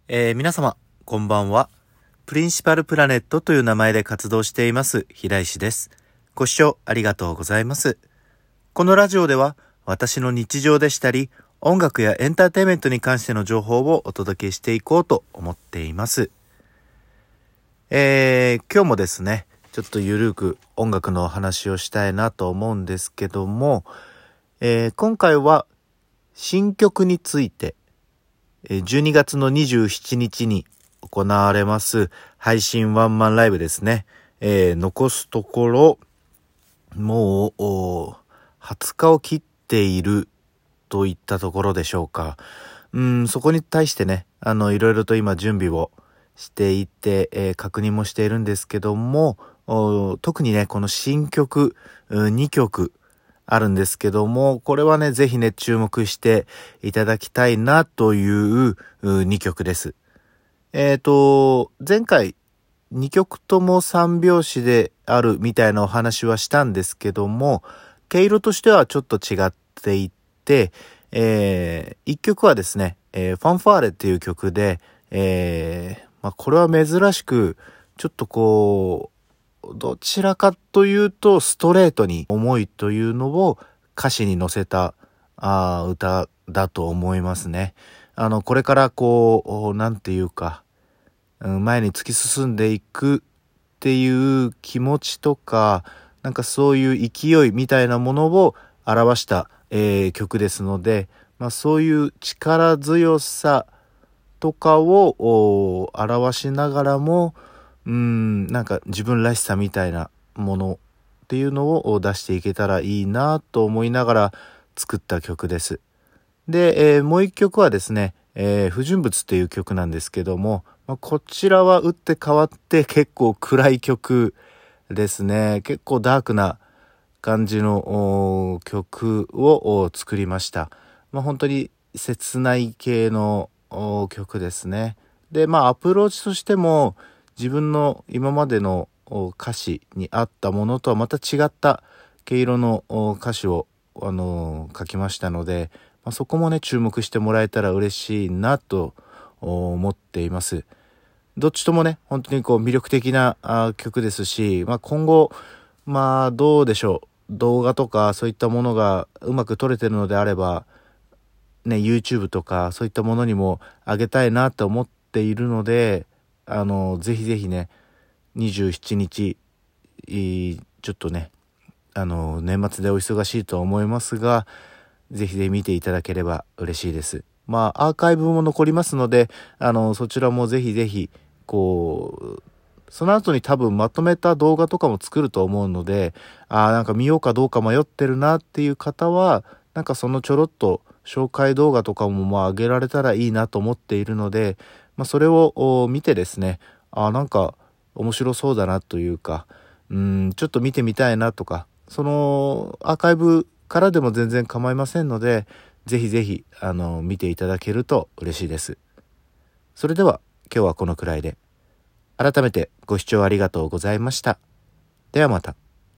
皆様、こんばんは。プリンシパルプラネットという名前で活動しています平石です。ご視聴ありがとうございます。このラジオでは私の日常でしたり、音楽やエンターテインメントに関しての情報をお届けしていこうと思っています。今日もですね、ちょっとゆるく音楽の話をしたいなと思うんですけども、今回は新曲について12月の27日に行われます配信ワンマンライブですね。残すところもう20日を切っているといったところでしょうか。そこに対してね、いろいろと今準備をしていて、確認もしているんですけども、特にね、この新曲2曲あるんですけども、これはね、ぜひね、注目していただきたいなという2曲です。前回2曲とも3拍子であるみたいなお話はしたんですけども、毛色としてはちょっと違っていて、1曲はですね、ファンファーレっていう曲で、これは珍しく、ちょっとどちらかというとストレートに思いというのを歌詞に乗せた歌だと思いますね。これからなんていうか、前に突き進んでいくっていう気持ちとか、なんかそういう勢いみたいなものを表した、曲ですので、そういう力強さとかを表しながらも、なんか自分らしさみたいなものっていうのを出していけたらいいなと思いながら作った曲です。で、もう一曲はですね、不純物っていう曲なんですけども、こちらは打って変わって結構暗い曲ですね。結構ダークな感じの曲を作りました。本当に切ない系の曲ですね。で、アプローチとしても自分の今までの歌詞にあったものとはまた違った毛色の歌詞を書きましたので、そこもね注目してもらえたら嬉しいなと思っています。どっちともね本当に魅力的な曲ですし、今後どうでしょう、動画とかそういったものがうまく撮れてるのであればね、 YouTube とかそういったものにも上げたいなと思っているので、ぜひぜひね27日ちょっとね年末でお忙しいと思いますが、ぜひ見ていただければ嬉しいです。アーカイブも残りますので、そちらもぜひぜひその後に多分まとめた動画とかも作ると思うので、なんか見ようかどうか迷ってるなっていう方は、なんかそのちょろっと紹介動画とかも上げられたらいいなと思っているので、それを見てですね、なんか面白そうだなというか、ちょっと見てみたいなとか、そのアーカイブからでも全然構いませんので、ぜひぜひ見ていただけると嬉しいです。それでは今日はこのくらいで。改めてご視聴ありがとうございました。ではまた。